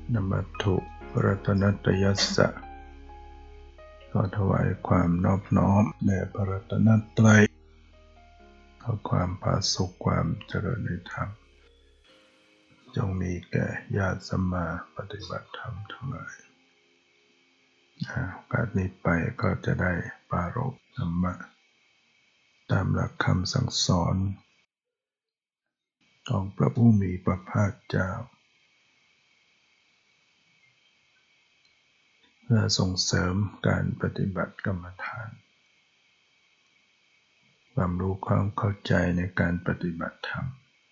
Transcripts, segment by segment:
นมัตถุรัตนัตยัสสะขอถวายความนอบน้อมแด่พระรัตนตรัยขอความผาสุกความเจริญในธรรมจงมีแก่ญาติสัมมาปฏิบัติธรรมทั้งหลายโอกาสนี้ไปก็จะได้ปรารภธรรมะตามหลักคำสั่งสอนของพระผู้มีพระภาคเจ้าเพื่อส่งเสริมการปฏิบัติกรรมฐานความรู้ความเข้าใจในการปฏิบัติธรรม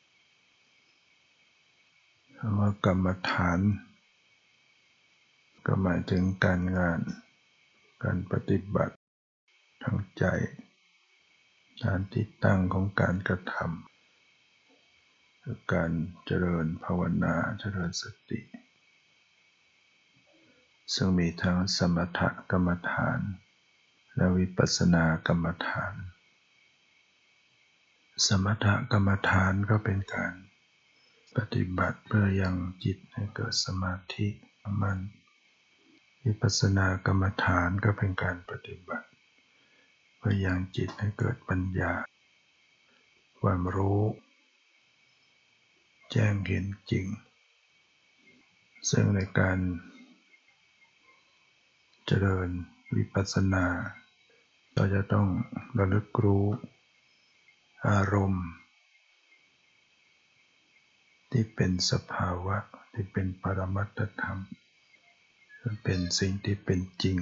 คำว่ากรรมฐานก็หมายถึงการงานการปฏิบัติทางใจการที่ตั้งของการกระทำคือการเจริญภาวนาเจริญสติซึ่งมีทั้งสมถกรรมฐานและวิปัสสนากรรมฐานสมถกรรมฐานก็เป็นการปฏิบัติเพื่อยังจิตให้เกิดสมาธิมั่นวิปัสสนากรรมฐานก็เป็นการปฏิบัติเพื่อยังจิตให้เกิดปัญญาความรู้แจ้งเห็นจริงซึ่งในการเจริญวิปัสสนาเราจะต้องระลึกรู้อารมณ์ที่เป็นสภาวะที่เป็นปรมัตถธรรมเป็นสิ่งที่เป็นจริง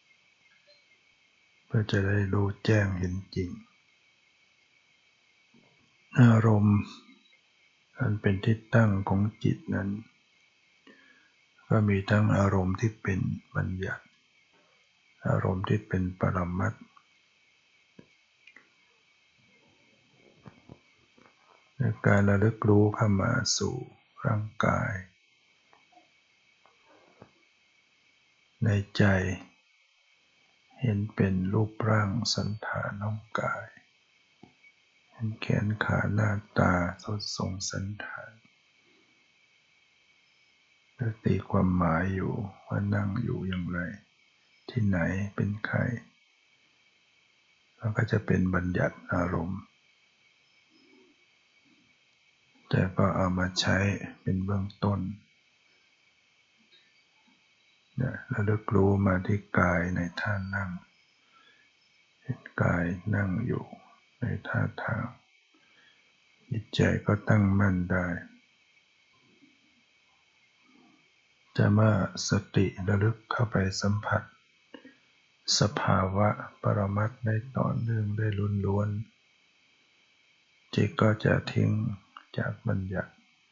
เพื่อจะได้รู้แจ้งเห็นจริงอารมณ์อันเป็นที่ตั้งของจิตนั้นก็มีทั้งอารมณ์ที่เป็นบัญญัติอารมณ์ที่เป็นปรมัตถ์ในการระลึกรู้เข้ามาสู่ร่างกายในใจเห็นเป็นรูปร่างสันฐานของกายเห็นแขนขาหน้าตาสดทรงสันฐานแล้วตีความหมายอยู่ว่านั่งอยู่อย่างไรที่ไหนเป็นใครแล้วก็จะเป็นบัญญัติอารมณ์แต่ก็เอามาใช้เป็นเบื้องต้นระลึกรู้มาที่กายในท่านั่งเห็นกายนั่งอยู่ในท่าทางจิตใจก็ตั้งมั่นได้จะเมื่อสติระลึกเข้าไปสัมผัสสภาวะปรมัตถ์ได้ต่อเนื่องได้ล้วนๆจิตก็จะทิ้งจากบัญญัติ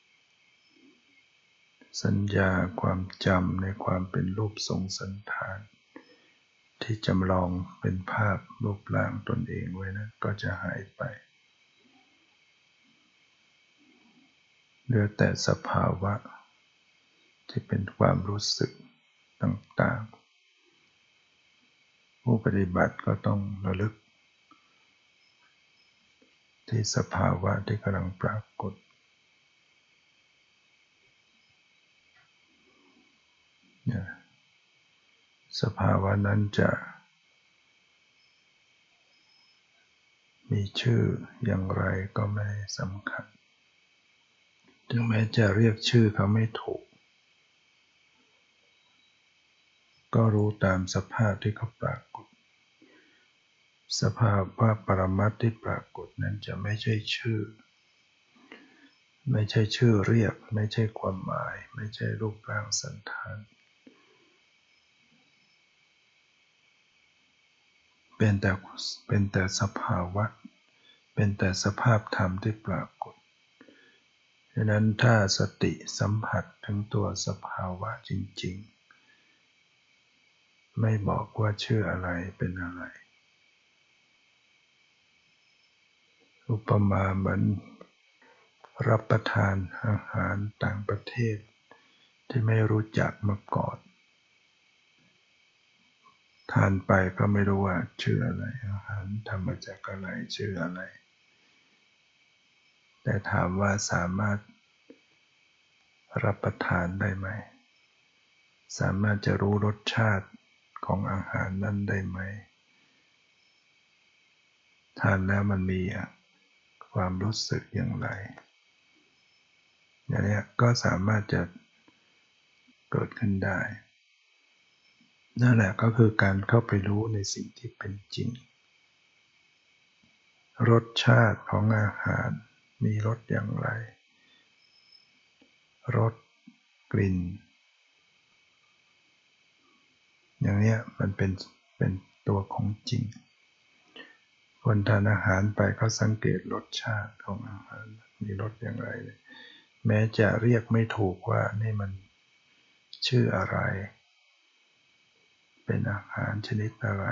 สัญญาความจำในความเป็นรูปทรงสันฐานที่จำลองเป็นภาพรูปร่างตนเองไว้นั้นก็จะหายไปเหลือแต่สภาวะที่เป็นความรู้สึกต่างๆผู้ปฏิบัติก็ต้องระลึกที่สภาวะที่กำลังปรากฏสภาวะนั้นจะมีชื่ออย่างไรก็ไม่สำคัญถึงแม้จะเรียกชื่อเขาไม่ถูกก็รู้ตามสภาพที่เขาปรากฏสภาพว่าปรมัตถ์ที่ปรากฏนั้นจะไม่ใช่ชื่อเรียกไม่ใช่ความหมายไม่ใช่รูปร่างสันฐานเป็นแต่สภาวะเป็นแต่สภาพธรรมที่ปรากฏฉะนั้นถ้าสติสัมผัสถึงตัวสภาวะจริงๆไม่บอกว่าชื่ออะไรเป็นอะไรอุปมาเหมือนรับประทานอาหารต่างประเทศที่ไม่รู้จักมาก่อนทานไปก็ไม่รู้ว่าชื่ออะไรอาหารทำมาจากอะไรชื่ออะไรแต่ถามว่าสามารถรับประทานได้ไหมสามารถจะรู้รสชาติของอาหารนั้นได้ไหมทานแล้วมันมีความรู้สึกอย่างไรอย่างนี้ก็สามารถจะเกิดขึ้นได้นั่นแหละก็คือการเข้าไปรู้ในสิ่งที่เป็นจริงรสชาติของอาหารมีรสอย่างไรรสกลิ่นอย่างนี้มันเป็นตัวของจริงคนทานอาหารไปก็สังเกตรสชาติของอาหารมีรสอย่างไรแม้จะเรียกไม่ถูกว่านี่มันชื่ออะไรเป็นอาหารชนิดอะไร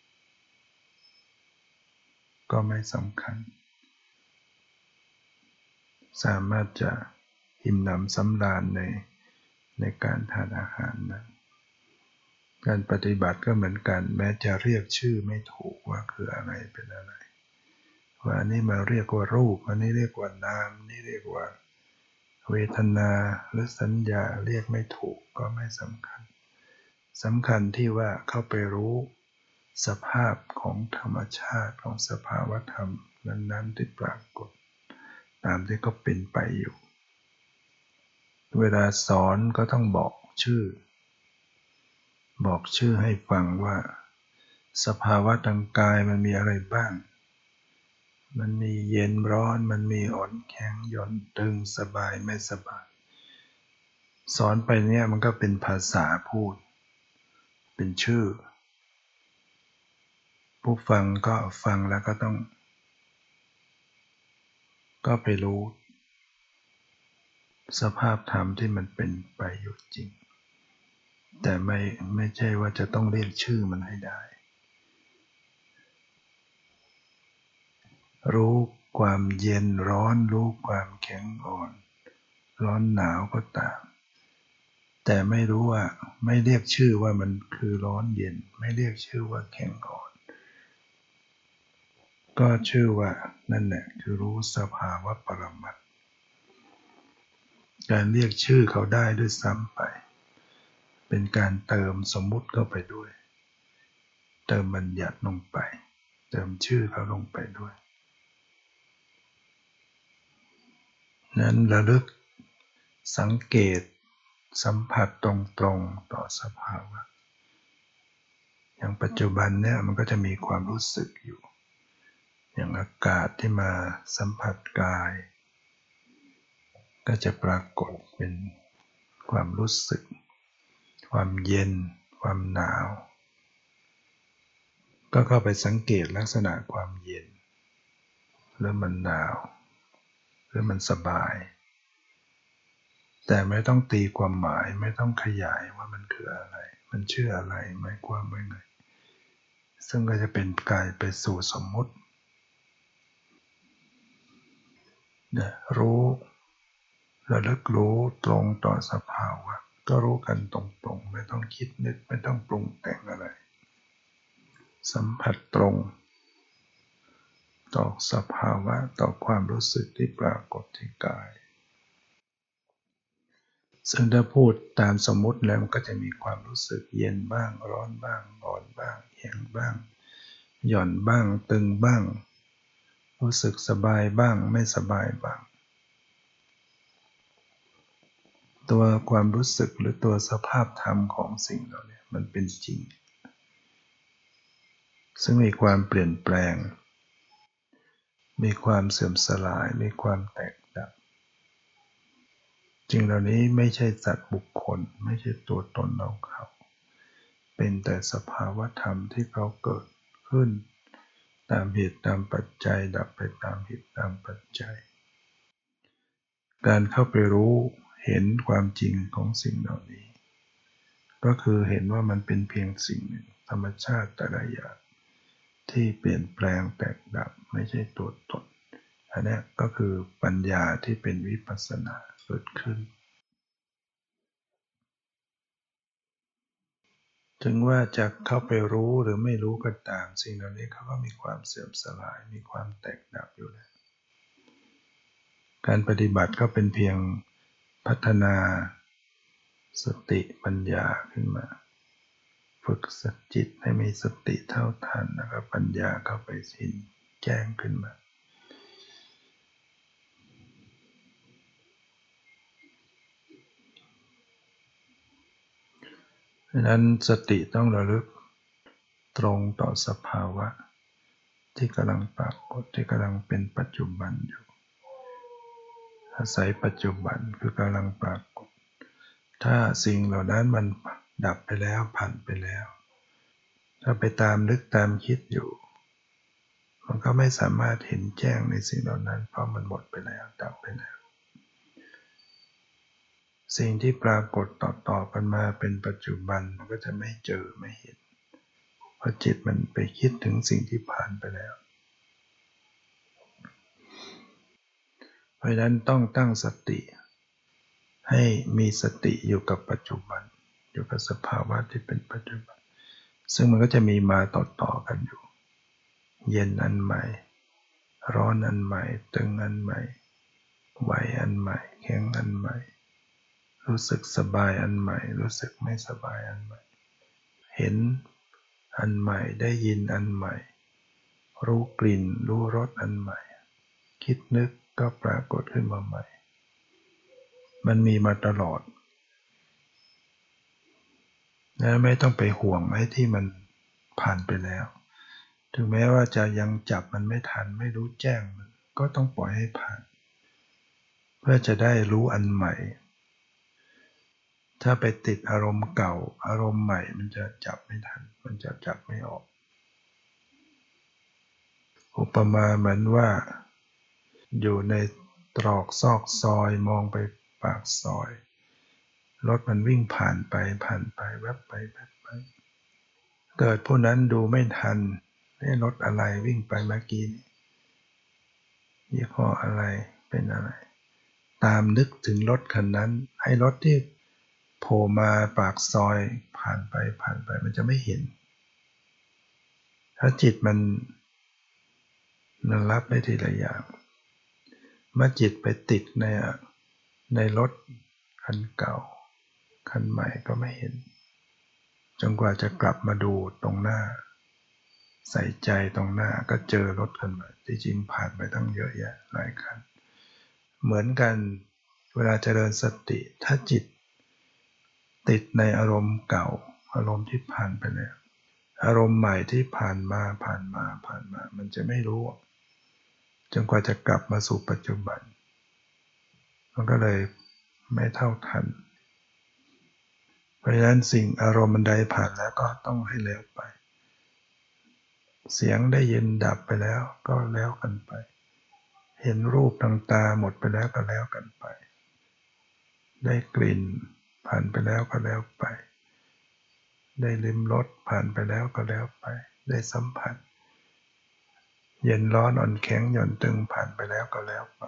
ก็ไม่สำคัญสามารถจะอิ่มหนำสำราญในการทานอาหารนั้นการปฏิบัติก็เหมือนกันแม้จะเรียกชื่อไม่ถูกว่าคืออะไรเป็นอะไรว่านี่มาเรียกว่ารูปอันนี้เรียกว่านามนี่เรียกว่าเวทนาหรือสัญญาเรียกไม่ถูกก็ไม่สำคัญสำคัญที่ว่าเข้าไปรู้สภาพของธรรมชาติของสภาวธรรมนั้นๆที่ปรากฏตามที่ก็เป็นไปอยู่เวลาสอนก็ต้องบอกชื่อให้ฟังว่าสภาวะทางกายมันมีอะไรบ้างมันมีเย็นร้อนมันมีอ่อนแข็งหย่อนตึงสบายไม่สบายสอนไปเนี่ยมันก็เป็นภาษาพูดเป็นชื่อผู้ฟังก็ฟังแล้วก็ต้องก็ไปรู้สภาพธรรมที่มันเป็นไปอยู่จริงแต่ไม่ใช่ว่าจะต้องเรียกชื่อมันให้ได้รู้ความเย็นร้อนรู้ความแข็งอ่อนร้อนหนาวก็ตามแต่ไม่รู้ว่าไม่เรียกชื่อว่ามันคือร้อนเย็นไม่เรียกชื่อว่าแข็งอ่อนก็ชื่อว่านั่นแหละคือรู้สภาวะปรมัตถ์การเรียกชื่อเขาได้ด้วยซ้ำไปเป็นการเติมสมมุติเข้าไปด้วยเติมบัญญัติลงไปเติมชื่อเขาลงไปด้วยนั้นระลึกสังเกตสัมผัสตรงๆต่อสภาวะอย่างปัจจุบันเนี่ยมันก็จะมีความรู้สึกอยู่อย่างอากาศที่มาสัมผัสกายก็จะปรากฏเป็นความรู้สึกความเย็นความหนาวก็เข้าไปสังเกตลักษณะความเย็นหรือมันหนาวหรือมันสบายแต่ไม่ต้องตีความหมายไม่ต้องขยายว่ามันคืออะไรมันชื่ออะไรหมายความว่าไงซึ่งก็จะเป็นกลายไปสู่สมมุตินะรู้ระลึกรู้ตรงต่อสภาวะก็รู้กันตรงๆไม่ต้องคิดนึกไม่ต้องปรุงแต่งอะไรสัมผัสตรงต่อสภาวะต่อความรู้สึกที่ปรากฏที่กายซึ่งถ้าพูดตามสมมุติแล้วมันก็จะมีความรู้สึกเย็นบ้างร้อนบ้างอ่อนบ้างแข็งบ้างหย่อนบ้างตึงบ้างรู้สึกสบายบ้างไม่สบายบ้างตัวความรู้สึกหรือตัวสภาพธรรมของสิ่งเหล่านี้มันเป็นจริงซึ่งมีความเปลี่ยนแปลงมีความเสื่อมสลายมีความแตกดับสิ่งเหล่านี้ไม่ใช่สัตว์บุคคลไม่ใช่ตัวตนเราเขาเป็นแต่สภาวะธรรมที่เขาเกิดขึ้นตามเหตุตามปัจจัยดับไปตามเหตุตามปัจจัยการเข้าไปรู้เห็นความจริงของสิ่งเหล่านี้ก็คือเห็นว่ามันเป็นเพียงสิ่งหนึ่งธรรมชาติแต่ละอย่างที่เปลี่ยนแปลงแตกดับไม่ใช่ตัวตนอันนี้ก็คือปัญญาที่เป็นวิปัสสนาเกิดขึ้นถึงว่าจะเข้าไปรู้หรือไม่รู้ก็ตามสิ่งเหล่านี้เขาก็มีความเสื่อมสลายมีความแตกดับอยู่แล้วการปฏิบัติก็เป็นเพียงพัฒนาสติปัญญาขึ้นมาฝึกสจิตให้มีสติเท่าทันแล้วก็ปัญญาเข้าไปสินแจ้งขึ้นมาดังนั้นสติต้องระลึกตรงต่อสภาวะที่กำลังปรากฏที่กำลังเป็นปัจจุบันอยู่อาศัยปัจจุบันคือกำลังปรากฏถ้าสิ่งเหล่านั้นมันดับไปแล้วผ่านไปแล้วถ้าไปตามนึกตามคิดอยู่มันก็ไม่สามารถเห็นแจ้งในสิ่งเหล่านั้นเพราะมันหมดไปแล้วดับไปแล้วสิ่งที่ปรากฏต่อกันมาเป็นปัจจุบันมันก็จะไม่เจอไม่เห็นเพราะจิตมันไปคิดถึงสิ่งที่ผ่านไปแล้วเพราะฉะนั้นต้องตั้งสติให้มีสติอยู่กับปัจจุบันอยู่กับสภาวะที่เป็นปัจจุบันซึ่งมันก็จะมีมาต่อกันอยู่เย็นอันใหม่ร้อนอันใหม่ตึงอันใหม่ไหวอันใหม่แข็งอันใหม่รู้สึกสบายอันใหม่รู้สึกไม่สบายอันใหม่เห็นอันใหม่ได้ยินอันใหม่รู้กลิ่นรู้รสอันใหม่คิดนึกก็ปรากฏขึ้นมาใหม่มันมีมาตลอดนะไม่ต้องไปห่วงไอ้ที่มันผ่านไปแล้วถึงแม้ว่าจะยังจับมันไม่ทันไม่รู้แจ้งมันก็ต้องปล่อยให้ผ่านเพื่อจะได้รู้อันใหม่ถ้าไปติดอารมณ์เก่าอารมณ์ใหม่มันจะจับไม่ทันมันจะจับไม่ออกอุปมาเหมือนว่าอยู่ในตรอกซอกซอยมองไปปากซอยรถมันวิ่งผ่านไปแวบไปแวบไปเกิดผู้นั้นดูไม่ทันรถอะไรวิ่งไปเมื่อกี้ยี่ห้ออะไรเป็นอะไรตามนึกถึงรถคันนั้นให้รถที่โผล่มาปากซอยผ่านไปมันจะไม่เห็นถ้าจิตมันรับได้ทีละอย่างเมื่อจิตไปติดในรถคันเก่าคันใหม่ก็ไม่เห็นจนกว่าจะกลับมาดูตรงหน้าใส่ใจตรงหน้าก็เจอรถคันใหม่ที่จริงผ่านไปตั้งเยอะแยะหลายคันเหมือนกันเวลาเจริญสติถ้าจิตติดในอารมณ์เก่าอารมณ์ที่ผ่านไปแล้วอารมณ์ใหม่ที่ผ่านมามันจะไม่รู้จนกว่าจะกลับมาสู่ปัจจุบันมันก็เลยไม่เท่าทันเพราะฉะนั้นสิ่งอารมณ์มันใดผ่านแล้วก็ต้องให้แล้วไปเสียงได้ยินดับไปแล้วก็แล้วกันไปเห็นรูปทางตาหมดไปแล้วก็แล้วกันไปได้กลิ่นผ่านไปแล้วก็แล้วไปได้ลิ้มรสผ่านไปแล้วก็แล้วไปได้สัมผัสเย็นร้อนอ่อนแข็งหย่อนตึงผ่านไปแล้วก็แล้วไป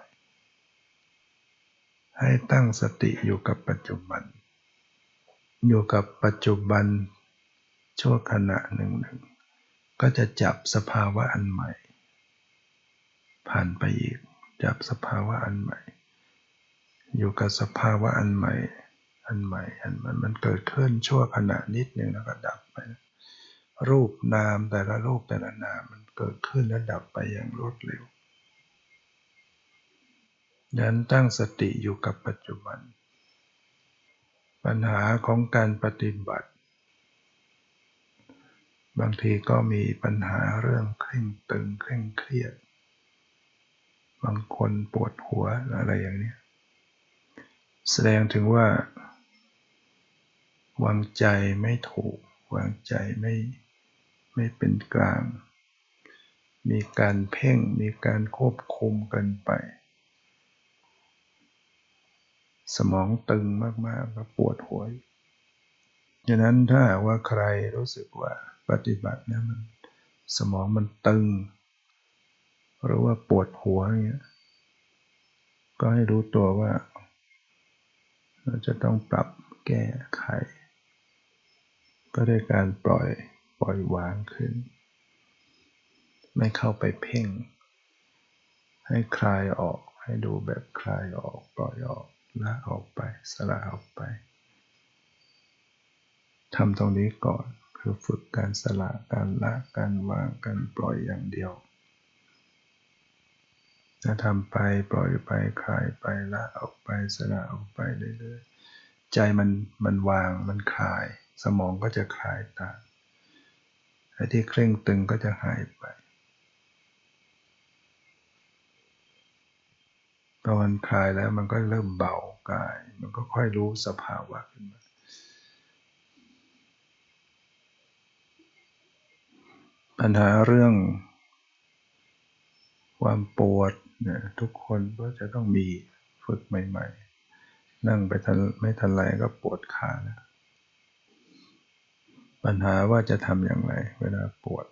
ให้ตั้งสติอยู่กับปัจจุบันอยู่กับปัจจุบันชั่วขณะหนึ่งก็จะจับสภาวะอันใหม่ผ่านไปอีกจับสภาวะอันใหม่อยู่กับสภาวะอันใหม่มันเกิดขึ้นชั่วขณะนิดหนึ่งแล้วก็ดับไปรูปนามแต่ละรูปแต่ละนามมันเกิดขึ้นและดับไปอย่างรวดเร็วดังนั้นตั้งสติอยู่กับปัจจุบันปัญหาของการปฏิบัติบางทีก็มีปัญหาเรื่องเคร่งตึงเคร่งเครียดบางคนปวดหัวอะไรอย่างนี้แสดงถึงว่าวางใจไม่ถูกวางใจไม่เป็นกลางมีการเพ่งมีการควบคุมกันไปสมองตึงมากๆแล้วปวดหัวฉะนั้นถ้าว่าใครรู้สึกว่าปฏิบัติเนี่ยมันสมองมันตึงหรือว่าปวดหัวอย่างเงี้ยก็ให้รู้ตัวว่าเราจะต้องปรับแก้ไขก็ด้วยการปล่อยวางขึ้นไม่เข้าไปเพ่งให้คลายออกให้ดูแบบคลายออกปล่อยออกละออกไปสละออกไปทำตรงนี้ก่อนคือฝึกการสละการละการวางการปล่อยอย่างเดียวถ้าทำไปปล่อยไปคลายไปละออกไปสละออกไปเรื่อยๆใจมันวางมันคลายสมองก็จะคลายตามไอ้ที่เคร่งตึงก็จะหายไปพอมันคลายแล้วมันก็เริ่มเบากายมันก็ค่อยรู้สภาวะขึ้นมาปัญหาเรื่องความปวดเนี่ยทุกคนก็จะต้องมีฝึกใหม่ๆนั่งไปไม่ทันไรก็ปวดขาแล้วปัญหาว่าจะทำอย่างไรเวลาปวด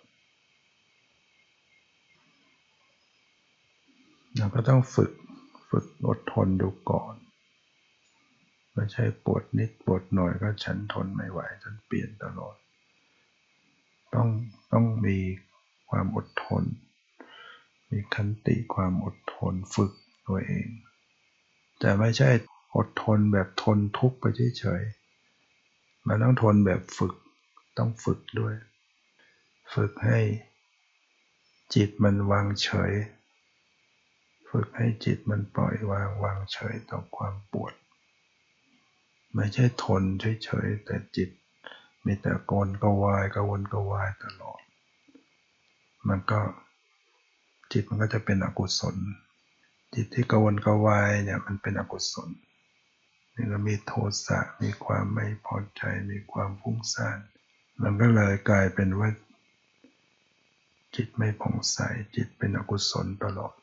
เราก็ต้องฝึกอดทนดูก่อนไม่ใช่ปวดนิดปวดหน่อยก็ฉันทนไม่ไหวฉันเปลี่ยนตลอดต้องต้องมีความอดทนมีขันติความอดทนฝึกตัวเองแต่ไม่ใช่อดทนแบบทนทุกข์ไปเฉยๆมันต้องทนแบบฝึกต้องฝึกด้วยฝึกให้จิตมันวางเฉยฝึกให้จิตมันปล่อยวางเฉยต่อความปวดไม่ใช่ทนเฉยๆแต่จิตมีแต่กวนกวายกระวนกระวายตลอดมันก็จิตมันก็จะเป็นอกุศลจิตที่กระวนกระวายเนี่ยมันเป็นอกุศลนี่ก็มีโทสะมีความไม่พอใจมีความฟุ้งซ่านมันก็เลยกลายเป็นว่าจิตไม่ผ่องใสจิตเป็นอกุศลตลอด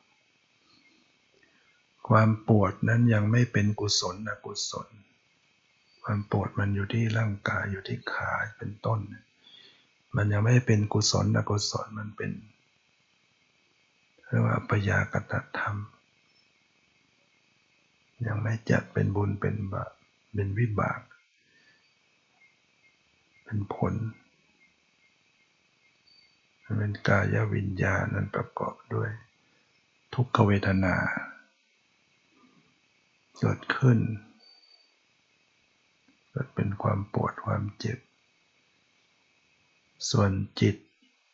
ความปวดนั้นยังไม่เป็นกุศลอกุศลความปวดมันอยู่ที่ร่างกายอยู่ที่ขาเป็นต้นมันยังไม่เป็นกุศลอกุศลมันเป็นเรียกว่าอัปยากตธรรมยังไม่จัดเป็นบุญเป็นบาปเป็นวิบากเป็นผลมันเป็นกายวิญญาณนั้นประกอบด้วยทุกขเวทนาเกิดขึ้นเกิดเป็นความปวดความเจ็บส่วนจิต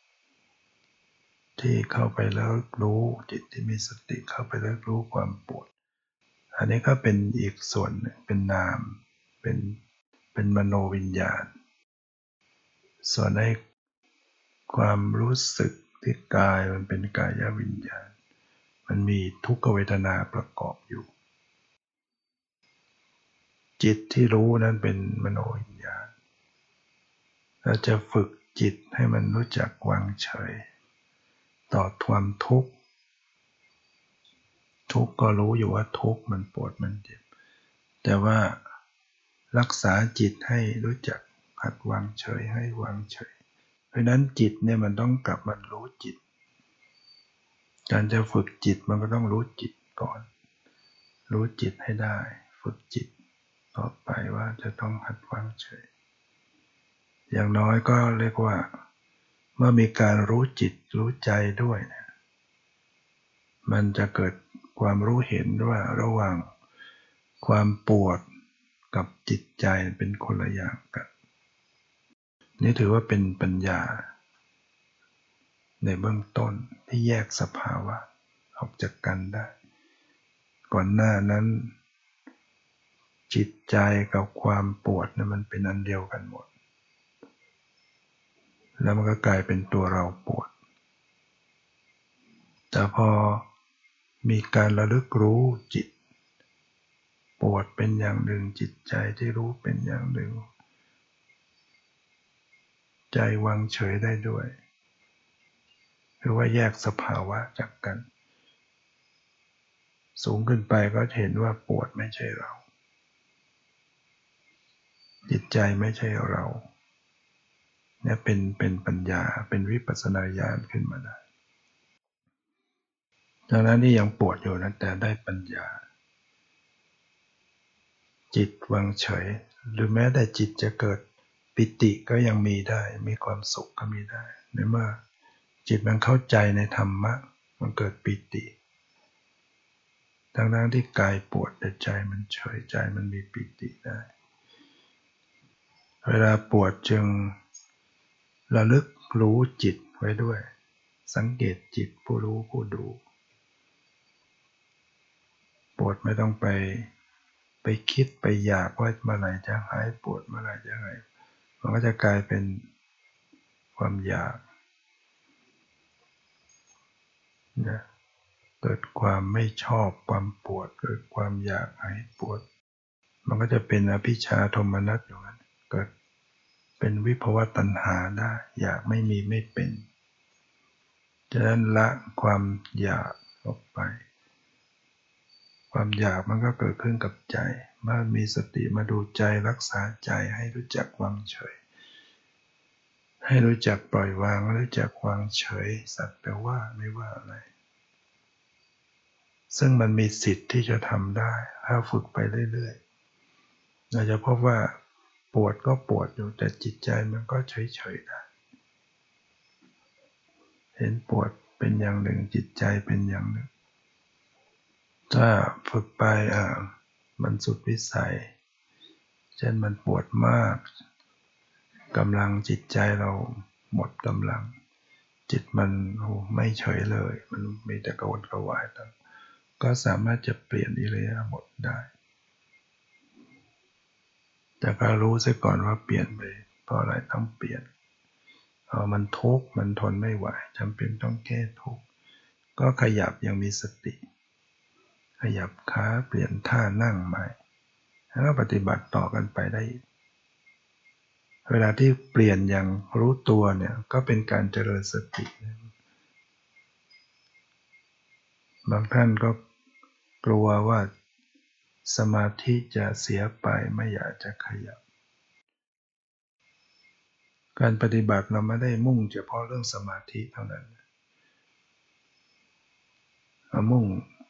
ที่เข้าไปแล้วรู้จิตที่มีสติเข้าไปแล้วรู้ความปวดอันนี้ก็เป็นอีกส่วนหนึ่งเป็นนามเป็นมโนวิญญาณส่วนในความรู้สึกที่กายมันเป็นกายวิญญาณมันมีทุกขเวทนาประกอบอยู่จิตที่รู้นั้นเป็นมโนวิญญาณเราจะฝึกจิตให้มันรู้จักวางเฉยต่อความทุกข์ก็รู้อยู่ว่าทุกข์มันปวดมันเจ็บแต่ว่ารักษาจิตให้รู้จักหัดวางเฉยให้วางเฉยเพราะนั้นจิตเนี่ยมันต้องกลับมารู้จิตการจะฝึกจิตมันก็ต้องรู้จิตก่อนรู้จิตให้ได้ฝึกจิตต่อไปว่าจะต้องหัดวางเฉยอย่างน้อยก็เรียกว่าเมื่อมีการรู้จิตรู้ใจด้วยเนี่ยมันจะเกิดความรู้เห็นว่าระหว่างความปวดกับจิตใจเป็นคนละอย่างกันนี่ถือว่าเป็นปัญญาในเบื้องต้นที่แยกสภาวะออกจากกันได้ก่อนหน้านั้นจิตใจกับความปวดเนี่ยมันเป็นอันเดียวกันหมดแล้วมันก็กลายเป็นตัวเราปวดแต่พอมีการระลึกรู้จิตปวดเป็นอย่างหนึ่งจิตใจที่รู้เป็นอย่างหนึ่งใจวางเฉยได้ด้วยคือว่าแยกสภาวะจากกันสูงขึ้นไปก็เห็นว่าปวดไม่ใช่เราจิตใจไม่ใช่เราเนี่ยเป็นปัญญาเป็นวิปัสสนาญาณขึ้นมาได้ดังนั้นที่ยังปวดอยู่นะแต่ได้ปัญญาจิตวางเฉยหรือแม้แต่จิตจะเกิดปิติก็ยังมีได้มีความสุขก็มีได้ในเมื่อจิตมันเข้าใจในธรรมะมันเกิดปิติทั้งที่กายปวดแต่ใจมันเฉยใจมันมีปิติได้เวลาปวดจึงระลึกรู้จิตไว้ด้วยสังเกตจิตผู้รู้ผู้ดูปวดไม่ต้องไปคิดไปอยากว่าเมื่อไหร่จะหายปวดเมื่อไหร่จะหายมันก็จะกลายเป็นความอยากนะเกิดความไม่ชอบความปวดเกิดความอยากหายปวดมันก็จะเป็นอภิชฌาโทมนัสอย่างนั้นเกิดเป็นวิภวตัณหาได้อยากไม่มีไม่เป็นฉะนั้นละความอยากออกไปความอยากมันก็เกิดขึ้นกับใจเมื่อมีสติมาดูใจรักษาใจให้รู้จักวางเฉยให้รู้จักปล่อยวางรู้จักวางเฉยสักแต่ว่าไม่ว่าอะไรซึ่งมันมีสิทธิ์ที่จะทำได้ถ้าฝึกไปเรื่อยๆเราจะพบว่าปวดก็ปวดอยู่แต่จิตใจมันก็เฉยๆได้เห็นปวดเป็นอย่างหนึ่งจิตใจเป็นอย่างหนึ่งถ้าฝึกไปมันสุดวิสัยเช่นมันปวดมากกำลังจิตใจเราหมดกำลังจิตมันไม่เฉยเลยมันมีแต่กระวนกระวายต่างก็สามารถจะเปลี่ยนอิริยาบถได้แต่ก็รู้ซะก่อนว่าเปลี่ยนไปเพราะอะไรต้องเปลี่ยนมันทุกข์มันทนไม่ไหวจำเป็นต้องแก้ทุกข์ก็ขยับอย่างมีสติขยับขาเปลี่ยนท่านั่งใหม่แล้วก็ปฏิบัติต่อกันไปได้เวลาที่เปลี่ยนอย่างรู้ตัวเนี่ยก็เป็นการเจริญสติบางท่านก็กลัวว่าสมาธิจะเสียไปไม่อยากจะขยับการปฏิบัติเราไม่ได้มุ่งเฉพาะเรื่องสมาธิเท่านั้นเรามุ่ง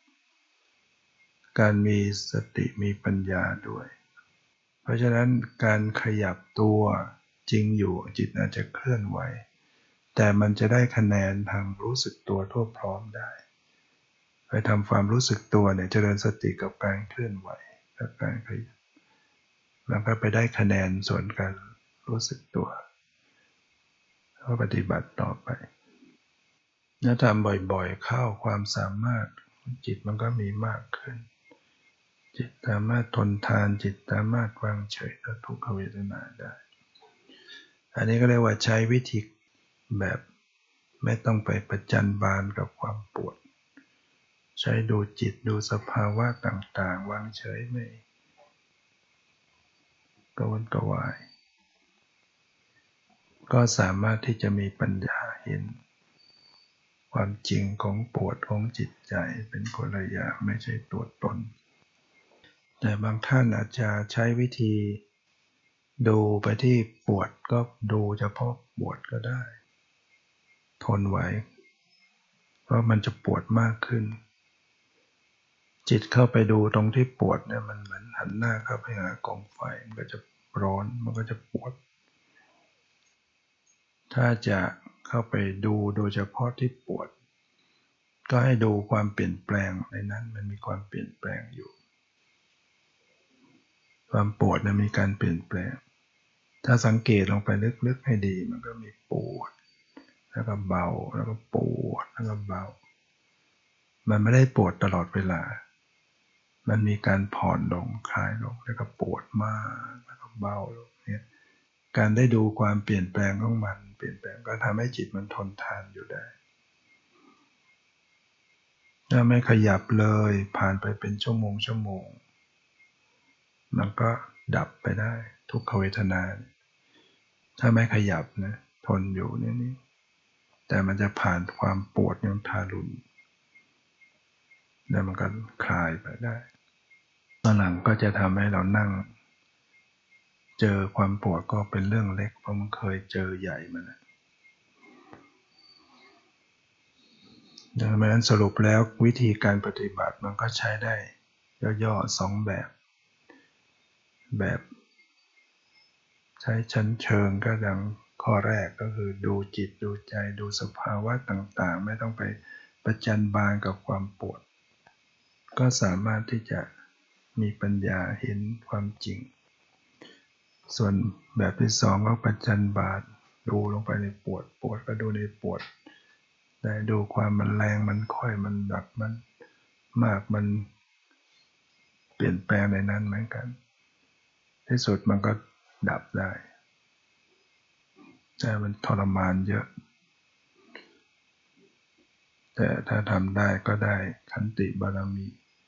การมีสติมีปัญญาด้วยเพราะฉะนั้นการขยับตัวจริงอยู่จิตอาจจะเคลื่อนไหวแต่มันจะได้คะแนนทางรู้สึกตัวทั่วพร้อมได้ไปทำความรู้สึกตัวเนี่ยเจริญสติกับการเคลื่อนไหวกับการขยับแล้วก็ไปได้คะแนนส่วนการรู้สึกตัวก็ปฏิบัติต่อไปถ้าทำบ่อยๆเข้าความสามารถจิตมันก็มีมากขึ้นจิตสามารถทนทานจิตสามารถวางเฉยต่อทุกขเวทนาได้อันนี้ก็เรียกว่าใช้วิธีแบบไม่ต้องไปประจันบานกับความปวดใช้ดูจิตดูสภาวะต่างๆวางเฉยไม่กระวนกระวายก็สามารถที่จะมีปัญญาเห็นความจริงของปวดของจิตใจเป็นคนละอย่างไม่ใช่ตัวตนแต่บางท่านอาจจะใช้วิธีดูไปที่ปวดก็ดูเฉพาะปวดก็ได้ทนไหวเพราะมันจะปวดมากขึ้นจิตเข้าไปดูตรงที่ปวดเนี่ยมันเหมือนหันหน้าเข้าไปหากองไฟมันก็จะร้อนมันก็จะปวดถ้าจะเข้าไปดูโดยเฉพาะที่ปวดก็ให้ดูความเปลี่ยนแปลงในนั้นมันมีความเปลี่ยนแปลงอยู่ความปวดมีการเปลี่ยนแปลงถ้าสังเกตลงไปลึกๆให้ดีมันก็มีปวดแล้วก็เบาแล้วก็ปวดแล้วก็เบามันไม่ได้ปวดตลอดเวลามันมีการผ่อนลงคลายลงแล้วก็ปวดมากแล้วก็เบาลงเนี่ยการได้ดูความเปลี่ยนแปลงของมันเปลี่ยนแปลงก็ทำให้จิตมันทนทานอยู่ได้ถ้าไม่ขยับเลยผ่านไปเป็นชั่วโมงมันก็ดับไปได้ทุกขเวทนาถ้าไม่ขยับนะทนอยู่นี่แต่มันจะผ่านความปวดอย่างทารุณแล้วมันก็คลายไปได้ตอนหลังก็จะทำให้เรานั่งเจอความปวดก็เป็นเรื่องเล็กเพราะมันเคยเจอใหญ่มาแล้วดังนั้นสรุปแล้ววิธีการปฏิบัติมันก็ใช้ได้ย่อๆสองแบบใช้ชั้นเชิงก็ดังข้อแรกก็คือดูจิตดูใจดูสภาวะต่างๆไม่ต้องไปประจันบานกับความปวดก็สามารถที่จะมีปัญญาเห็นความจริงส่วนแบบที่สองก็ประจันบาทดูลงไปในปวดก็ดูในปวดได้ดูความมันแรงมันค่อยมันดับมันมากมันเปลี่ยนแปลงในนั้นเหมือนกันที่สุดมันก็ดับได้แต่มันทรมานเยอะแต่ถ้าทำได้ก็ได้ขันติบารมี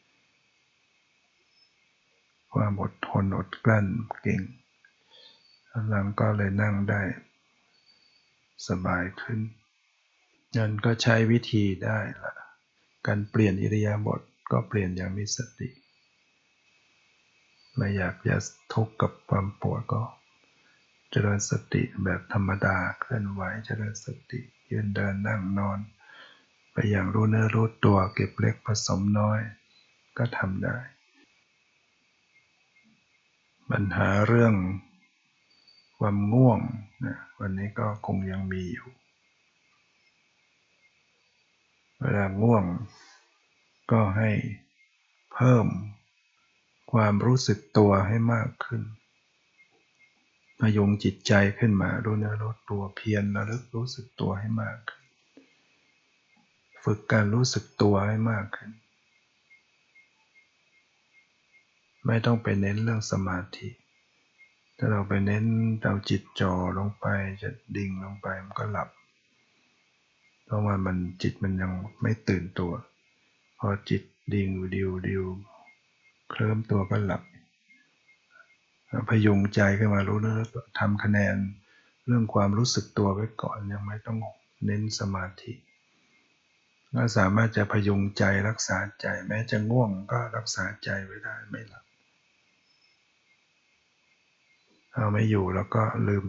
ความอดทนอดกลั้นเก่งหลังก็เลยนั่งได้สบายขึ้นนั่นก็ใช้วิธีได้ละการเปลี่ยนอิริยาบถก็เปลี่ยนอย่างมีสติไม่อยากจะทุกข์กับความปวดก็เจริญสติแบบธรรมดาเคลื่อนไหวเจริญสติยืนเดินนั่งนอนไปอย่างรู้เนื้อรู้ตัวเก็บเล็กผสมน้อยก็ทำได้ปัญหาเรื่องความง่วงนะวันนี้ก็คงยังมีอยู่เวลาง่วงก็ให้เพิ่มความรู้สึกตัวให้มากขึ้นพยุงจิตใจขึ้นมารู้เนื้อรู้ตัวเพียรระลึกรู้สึกตัวให้มากขึ้นฝึกการรู้สึกตัวให้มากขึ้นไม่ต้องไปเน้นเรื่องสมาธิถ้าเราไปเน้นเอาจิตจ่อลงไปจะดิ่งลงไปมันก็หลับเพราะว่าจิตมันยังไม่ตื่นตัวพอจิตดิ่งดิวเคลิ้มตัวก็หลับพยุงใจขึ้นมารู้เนื้อทำคะแนนเรื่องความรู้สึกตัวไว้ก่อนยังไม่ต้องเน้นสมาธิก็สามารถจะพยุงใจรักษาใจแม้จะง่วงก็รักษาใจไว้ได้ไม่หลับเอาไม่อยู่แล้วก็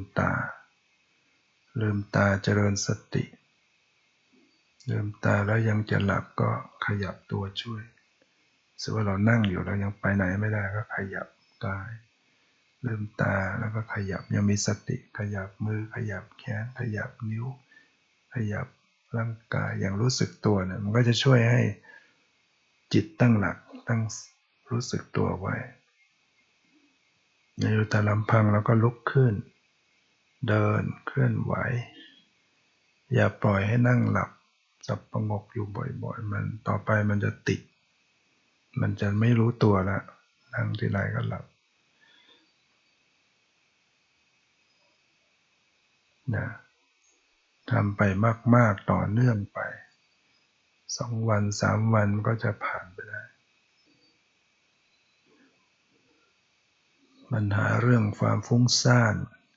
ลืมตาเจริญสติลืมตาแล้วยังจะหลับก็ขยับตัวช่วยสมมติว่าเรานั่งอยู่เรายังไปไหนไม่ได้ก็ขยับกายลืมตาแล้วก็ขยับยังมีสติขยับมือขยับแขนขยับนิ้วขยับร่างกายอย่างรู้สึกตัวเนี่ยมันก็จะช่วยให้จิตตั้งหลักตั้งรู้สึกตัวไว้ในอยู่แต่ลำพังแล้วก็ลุกขึ้นเดินเคลื่อนไหวอย่าปล่อยให้นั่งหลับสับประงกอยู่บ่อยๆมันต่อไปมันจะติดมันจะไม่รู้ตัวละนั่งทีไรก็หลับนะทำไปมากๆต่อเนื่องไป2 วัน3 วันมันก็จะผ่านไปได้ปัญหาเรื่องความฟุ้งซ่าน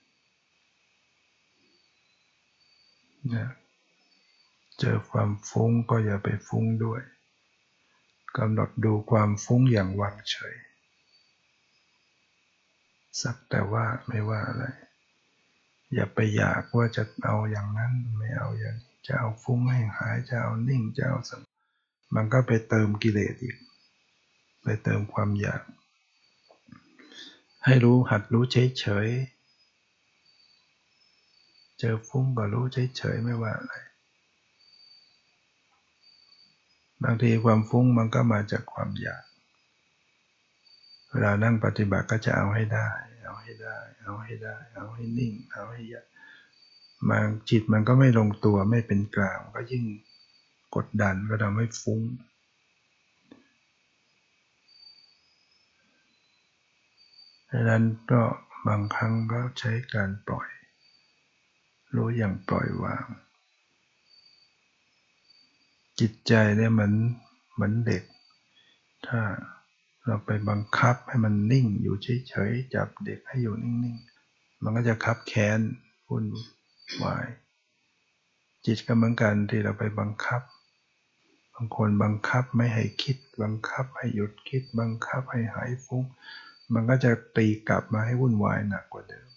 นะเจอความฟุ้งก็อย่าไปฟุ้งด้วยกำหนดดูความฟุ้งอย่างวางเฉยสักแต่ว่าไม่ว่าอะไรอย่าไปอยากว่าจะเอาอย่างนั้นไม่เอาอย่างนี้จะเอาฟุ้งให้หายจะเอานิ่งจะเอาสงบมันก็ไปเติมกิเลสอีกไปเติมความอยากให้รู้หัดรู้เฉยๆเจอฟุ้งก็รู้เฉยๆไม่ว่าอะไรบางทีความฟุ้งมันก็มาจากความอยากเวลานั่งปฏิบัติก็จะเอาให้ได้เอาให้ได้เอาให้ได้เอาให้นิ่งเอาให้อยากบางจิตมันก็ไม่ลงตัวไม่เป็นกลางก็ยิ่งกดดันก็ทำให้ฟุ้งดังนั้นก็บางครั้งก็ใช้การปล่อยรู้อย่างปล่อยวางจิตใจเนี่ยเหมือนเด็กถ้าเราไปบังคับให้มันนิ่งอยู่เฉยๆจับเด็กให้อยู่นิ่งๆมันก็จะคับแค้นวุ่นวายจิตก็เหมือนกันที่เราไปบังคับบางคนบังคับไม่ให้คิดบังคับให้หยุดคิดบังคับให้หายฟุ้งมันก็จะตีกลับมาให้วุ่นวายหนักกว่าเดิม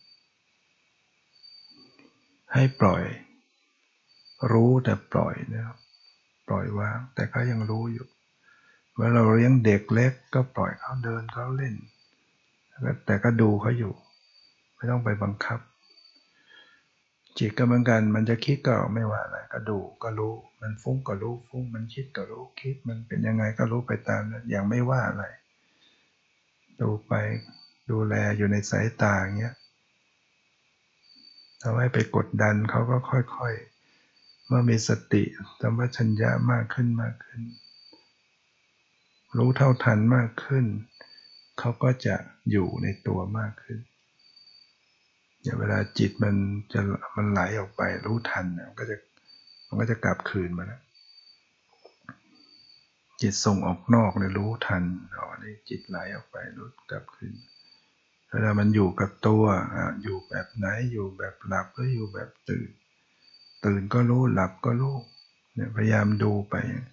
ให้ปล่อยรู้แต่ปล่อยนะครับปล่อยวางแต่ก็ยังรู้อยู่เมื่อเราเลี้ยงเด็กเล็กก็ปล่อยเขาเดินเขาเล่นแต่ก็ดูเขาอยู่ไม่ต้องไปบังคับจิตก็เหมือนกันมันจะคิดก็ไม่ว่าอะไรก็ดูก็รู้มันฟุ้งก็รู้ฟุ้งมันคิดก็รู้คิดมันเป็นยังไงก็รู้ไปตามนั้นอย่างไม่ว่าอะไรดูไปดูแลอยู่ในสายตาอย่างเงี้ยทำให้ไปกดดันเขาก็ค่อยๆเมื่อมีสติสัมปชัญญะมากขึ้นรู้เท่าทันมากขึ้นเขาก็จะอยู่ในตัวมากขึ้นอย่างเวลาจิตมันไหลออกไปรู้ทันมันก็จะกลับคืนมาแล้วจิตส่งออกนอกเนี่ยรู้ทันนี่จิตไหลออกไปรู้กลับคืนเวลามันอยู่กับตัวอยู่แบบไหนอยู่แบบหลับหรืออยู่แบบตื่นก็รู้หลับก็รู้เนี่ยพยายามดูไป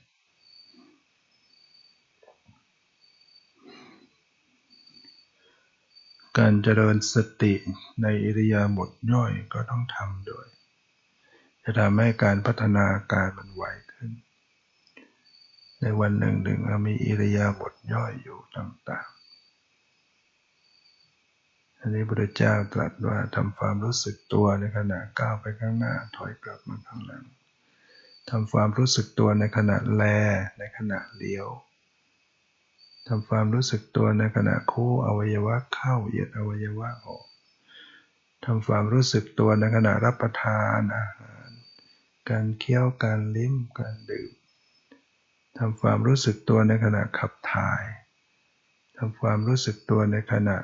การเจริญสติในอิริยาบถย่อยก็ต้องทำโดยจะทำให้การพัฒนาการมันไวขึ้นในวันหนึ่งมีอิริยาบถย่อยอยู่ต่างๆอันนี้พระพุทธเจ้าตรัสว่าทำความรู้สึกตัวในขณะก้าวไปข้างหน้าถอยกลับมาข้างหลังทำความรู้สึกตัวในขณะแลในขณะเลี้ยวทำความรู้สึกตัวในขณะคู่อวัยวะเข้าเหยียดอวัยวะออกทำความรู้สึกตัวในขณะรับประทานอาหารการเคี้ยวการลิ้มการดื่มทำความรู้สึกตัวในขณะขับถ่ายทำความรู้สึกตัวในขณะ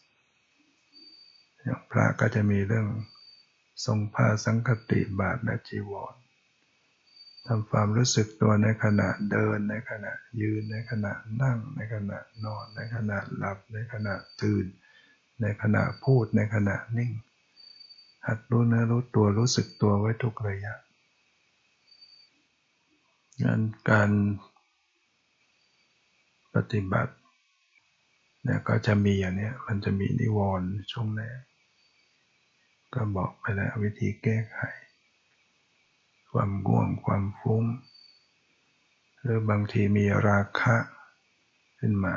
อย่างพระก็จะมีเรื่องทรงผ้าสังฆติบาทและจีวรทำความรู้สึกตัวในขณะเดินในขณะยืนในขณะนั่งในขณะนอนในขณะหลับในขณะตื่นในขณะพูดในขณะนิ่งหัดรู้เนื้อรู้ตัวรู้สึกตัวไว้ทุกระยะงั้นการปฏิบัติเนี่ยก็จะมีอย่างนี้มันจะมีนิวรณ์ช่วงแรกก็บอกไปแล้ววิธีแก้ไขความง่วงความฟุ้งหรือบางทีมีราคะขึ้นมา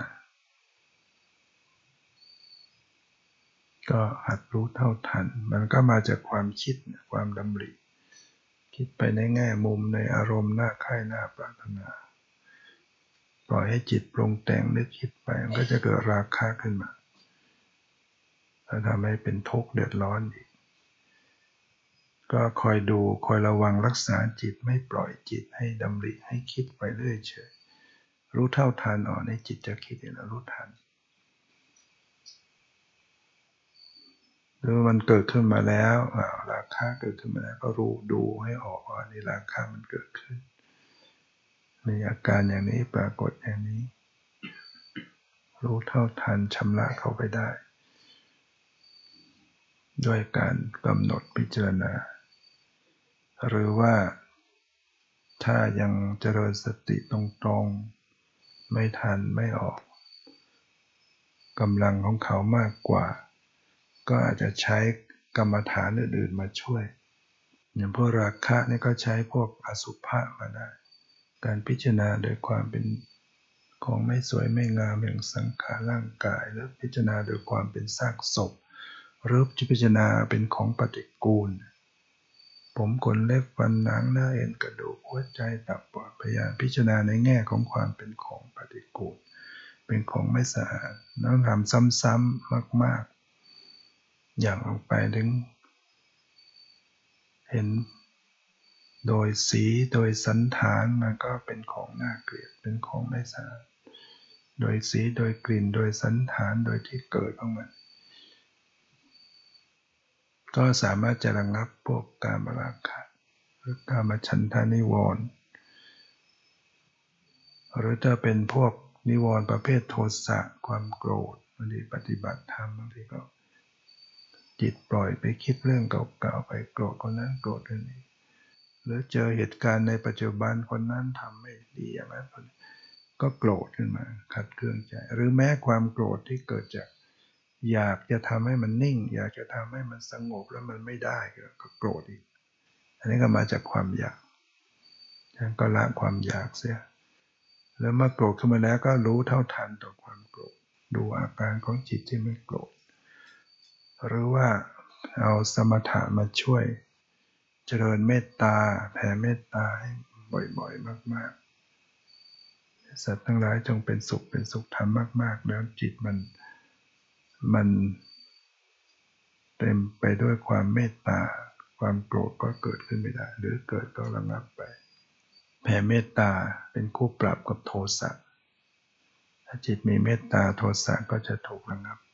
ก็หัดรู้เท่าทันมันก็มาจากความคิดความดำริคิดไปในแง่มุมในอารมณ์น่าใคร่น่าปรารถนาปล่อยให้จิตปรุงแต่งนึกคิดไปมันก็จะเกิดราคะขึ้นมาแล้วทำให้เป็นทุกข์เดือดร้อนอีกก็คอยดูคอยระวังรักษาจิตไม่ปล่อยจิตให้ดำริให้คิดไปเรื่อยเฉยรู้เท่าทันในจิตจะคิดแล้วรู้ทันหรือมันเกิดขึ้นมาแล้วราคะเกิดขึ้นมาแล้วก็รู้ดูให้ออกว่านี่ราคะมันเกิดขึ้นมีอาการอย่างนี้ปรากฏอย่างนี้รู้เท่าทันชำระเข้าไปได้ด้วยการกำหนดพิจารณาหรือว่าถ้ายังเจริญสติตรงๆไม่ทันไม่ออกกำลังของเขามากกว่าก็อาจจะใช้กรรมฐานอื่นๆมาช่วยอย่างพวกราคะนี่ก็ใช้พวกอสุภะมาได้การพิจารณาโดยความเป็นของไม่สวยไม่งามอย่างสังขารร่างกายหรือพิจารณาโดยความเป็นซากศพหรือพิจารณาเป็นของปฏิกูลผมขนเล็บฟันหนังเนื้อเอ็นกระดูกหัวใจตับปอดพยาธิพิจารณาในแง่ของความเป็นของปฏิกูลเป็นของไม่สะอาดต้องทำซ้ำๆมากๆอย่างออกไปถึงเห็นโดยสีโดยสันฐานมันก็เป็นของน่าเกลียดเป็นของไม่สะอาดโดยสีโดยกลิ่นโดยสันฐานโดยที่เกิดของมันก็สามารถจะระงับพวกกามราคะหรือกามฉันทานิวรณ์หรือถ้าเป็นพวกนิวรณ์ประเภทโทสะความโกรธบางทีปฏิบัติธรรมบางทีก็จิตปล่อยไปคิดเรื่องเก่าๆไปโกรธคนนั้นโกรธคนนี้หรือเจอเหตุการณ์ในปัจจุบันคนนั้นทำไม่ดีอย่างนั้นก็โกรธขึ้นมาขัดเคืองใจหรือแม้ความโกรธที่เกิดจากอยากจะทำให้มันนิ่งอยากจะทำให้มันสงบแล้วมันไม่ได้ก็โกรธอีกอันนี้ก็มาจากความอยากก็ละความอยากเสียแล้วเมื่อโกรธขึ้นมาแล้วก็รู้เท่าทันต่อความโกรธดูอาการของจิตที่ไม่โกรธหรือว่าเอาสมถะมาช่วยเจริญเมตตาแผ่เมตตาให้บ่อยๆมากๆสัตว์ทั้งหลายจงเป็นสุขเป็นสุขธรรมมากๆแล้วจิตมันเต็มไปด้วยความเมตตาความโกรธก็เกิดขึ้นไม่ได้หรือเกิดก็ระงับไปแผ่เมตตาเป็นคู่ปรับกับโทสะถ้าจิตมีเมตตาโทสะก็จะถูกระงับไป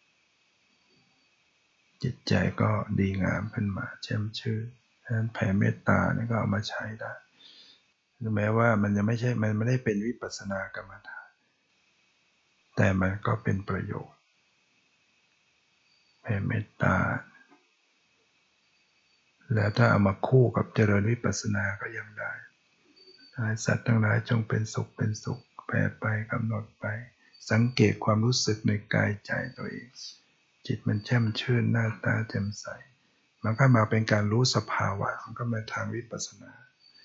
จิตใจก็ดีงามขึ้นมาแช่มชื่นฉะนั้นแผ่เมตตานี่ก็เอามาใช้ได้แม้ว่ามันยังไม่ใช่มันไม่ได้เป็นวิปัสสนากรรมฐานแต่มันก็เป็นประโยชน์แผ่เมตตาแล้วถ้าเอามาคู่กับเจริญวิปัสสนาก็ยังได้ให้สัตว์ทั้งหลายจงเป็นสุขเป็นสุขแผ่ไปกำหนดไปสังเกตความรู้สึกในกายใจตัวเองจิตมันแช่มชื่นหน้าตาแจ่มใสมันก็มาเป็นการรู้สภาวะมันก็มาทางวิปัสสนา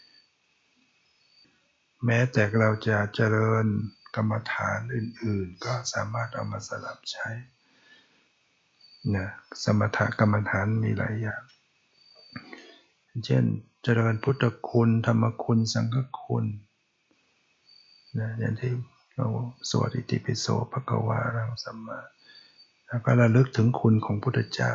แม้แต่เราจะเจริญกรรมฐานอื่นๆก็สามารถเอามาสลับใช้นะสมถกรรมฐานมีหลายอย่างเช่นเจริญพุทธคุณธรรมคุณสังฆคุณนะอย่างที่เราสวดอิติปิโสภควาอรหังสัมมาแล้วก็ระลึกถึงคุณของพุทธเจ้า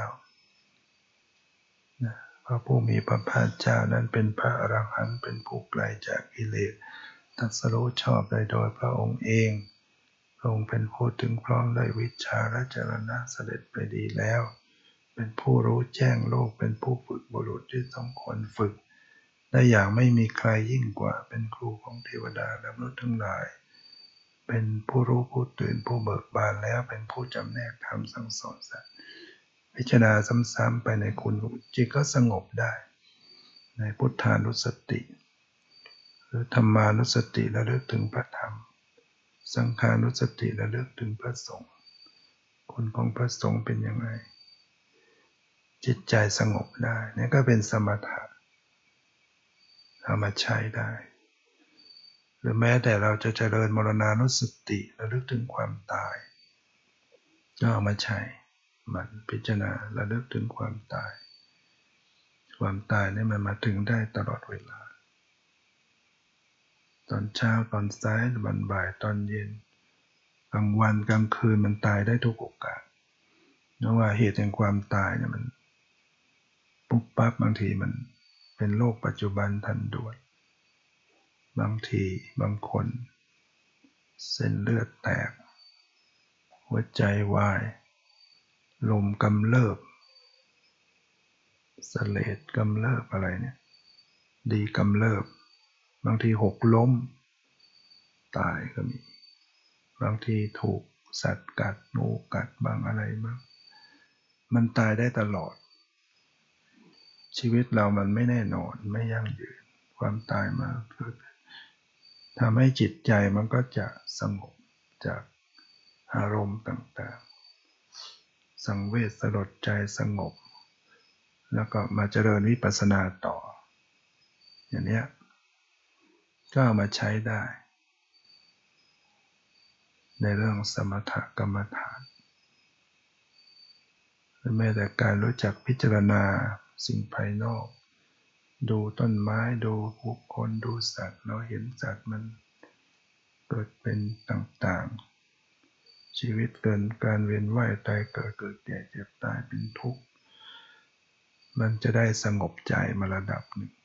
นะพระผู้มีพระภาคเจ้านั้นเป็นพระอรหันต์เป็นผู้ไกลจากกิเลสตรัสรู้ชอบได้โดยพระองค์เองพระองค์เป็นผู้ถึงพร้อมด้วยวิชชาและจรณะเสด็จไปดีแล้วเป็นผู้รู้แจ้งโลกเป็นผู้ฝึกบุรุษที่สมควรฝึกได้อย่างไม่มีใครยิ่งกว่าเป็นครูของเทวดาและมนุษย์ทั้งหลายเป็นผู้รู้ผู้ตื่นผู้เบิกบานแล้วเป็นผู้จำแนกธรรมสั่งสอนสัตว์พิจารณาซ้ำๆไปในคุณจิตก็สงบได้ในพุทธานุสติหรือธรรมานุสติระลึกถึงพระธรรมสังฆานุสติระลึกถึงพระสงฆ์คุณของพระสงฆ์เป็นยังไงจิตใจสงบได้นี่ก็เป็นสมถะเอามาใช้ได้หรือแม้แต่เราจะเจริญมรณานุสติระลึกถึงความตายก็เอามาใช้มันพิจารณาระลึกถึงความตายความตายนี่มันมาถึงได้ตลอดเวลาตอนเช้าตอนสายตอนบ่ายตอนเย็นกลางวันกลางคืนมันตายได้ทุกโอกาสเพราะว่าเหตุแห่งความตายเนี่ยมันปุ๊บปั๊บบางทีมันเป็นโลกปัจจุบันทันด่วนบางทีบางคนเส้นเลือดแตกหัวใจวายลมกำเริบเสลดกำเริบอะไรเนี่ยดีกำเริบบางทีหกล้มตายก็มีบางทีถูกสัตว์กัดงูกัดบางอะไรบ้างมันตายได้ตลอดชีวิตเรามันไม่แน่นอนไม่ยั่งยืนความตายมาเกิดทำให้จิตใจมันก็จะสงบจากอารมณ์ต่างๆสังเวชสลดใจสงบแล้วก็มาเจริญวิปัสสนาต่ออย่างนี้ก็เอามาใช้ได้ในเรื่องสมถกรรมฐานแม้แต่การรู้จักพิจารณาสิ่งภายนอกดูต้นไม้ดูบุคคลดูสัตว์เราเห็นสัตว์มันเกิดเป็นต่างๆชีวิตเกินการเวียนว่ายตายเกิดแก่เจ็บตายเป็นทุกข์มันจะได้สงบใจมาระดับหนึ่ง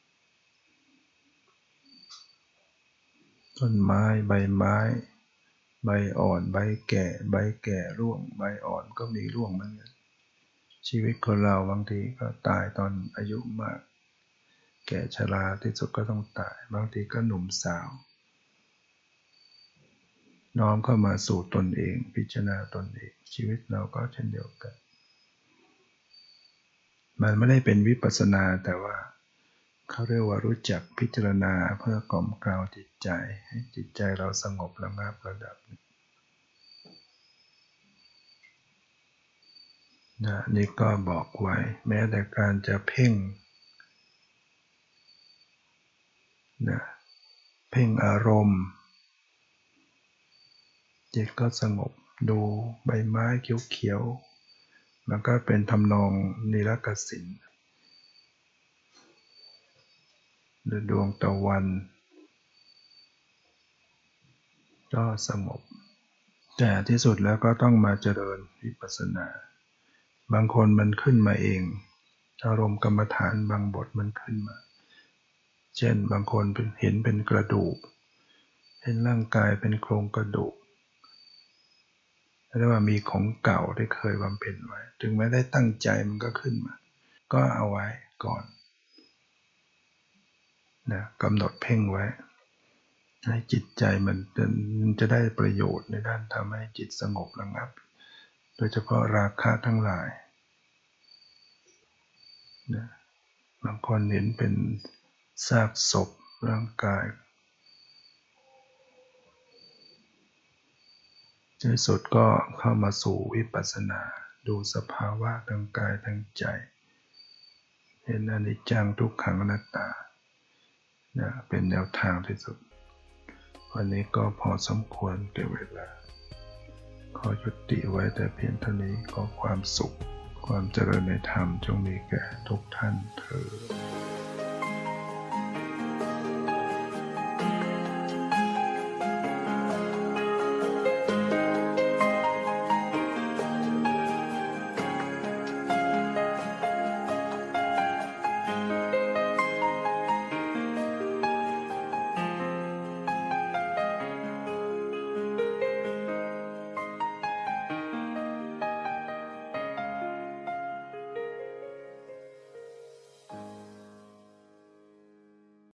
ต้นไม้ใบไม้ใบอ่อนใบแก่ร่วงใบอ่อนก็มีร่วงเหมือนกันชีวิตคนเราบางทีก็ตายตอนอายุมากแก่ชราที่สุดก็ต้องตายบางทีก็หนุ่มสาวน้อมเข้ามาสู่ตนเองพิจารณาตนเองชีวิตเราก็เช่นเดียวกันมันไม่ได้เป็นวิปัสสนาแต่ว่าเขาเรียกว่ารู้จักพิจารณาเพื่อกล่อมเกลาจิตใจให้จิตใจเราสงบระงับระดับนะนี่ก็บอกไว้แม้แต่การจะเพ่งนะเพ่งอารมณ์จิตก็สงบดูใบไม้เขียวๆมันก็เป็นทำนองนิรกสิณหรือดวงตะวันก็สงบแต่ที่สุดแล้วก็ต้องมาเจริญวิปัสสนาบางคนมันขึ้นมาเองอารมณ์กรรมฐานบางบทมันขึ้นมาเช่นบางคนเห็นเป็นกระดูกเห็นร่างกายเป็นโครงกระดูกเรียกว่ามีของเก่าที่เคยบำเพ็ญไว้ถึงแม้ได้ตั้งใจมันก็ขึ้นมาก็เอาไว้ก่อนนะกำหนดเพ่งไว้ให้จิตใจมันจะได้ประโยชน์ในด้านทำให้จิตสงบระงับโดยเฉพาะราคะทั้งหลายนะบางคนเห็นเป็นซากศพร่างกายในสุดก็เข้ามาสู่วิปัสสนาดูสภาวะทางกายทางใจเห็นอนิจจังทุกขังอนัตตานะเป็นแนวทางที่สุดวันนี้ก็พอสมควรแก่เวลาขอยุติไว้แต่เพียงเท่านี้ขอความสุขความเจริญในธรรมจงมีแก่ทุกท่านเทอญ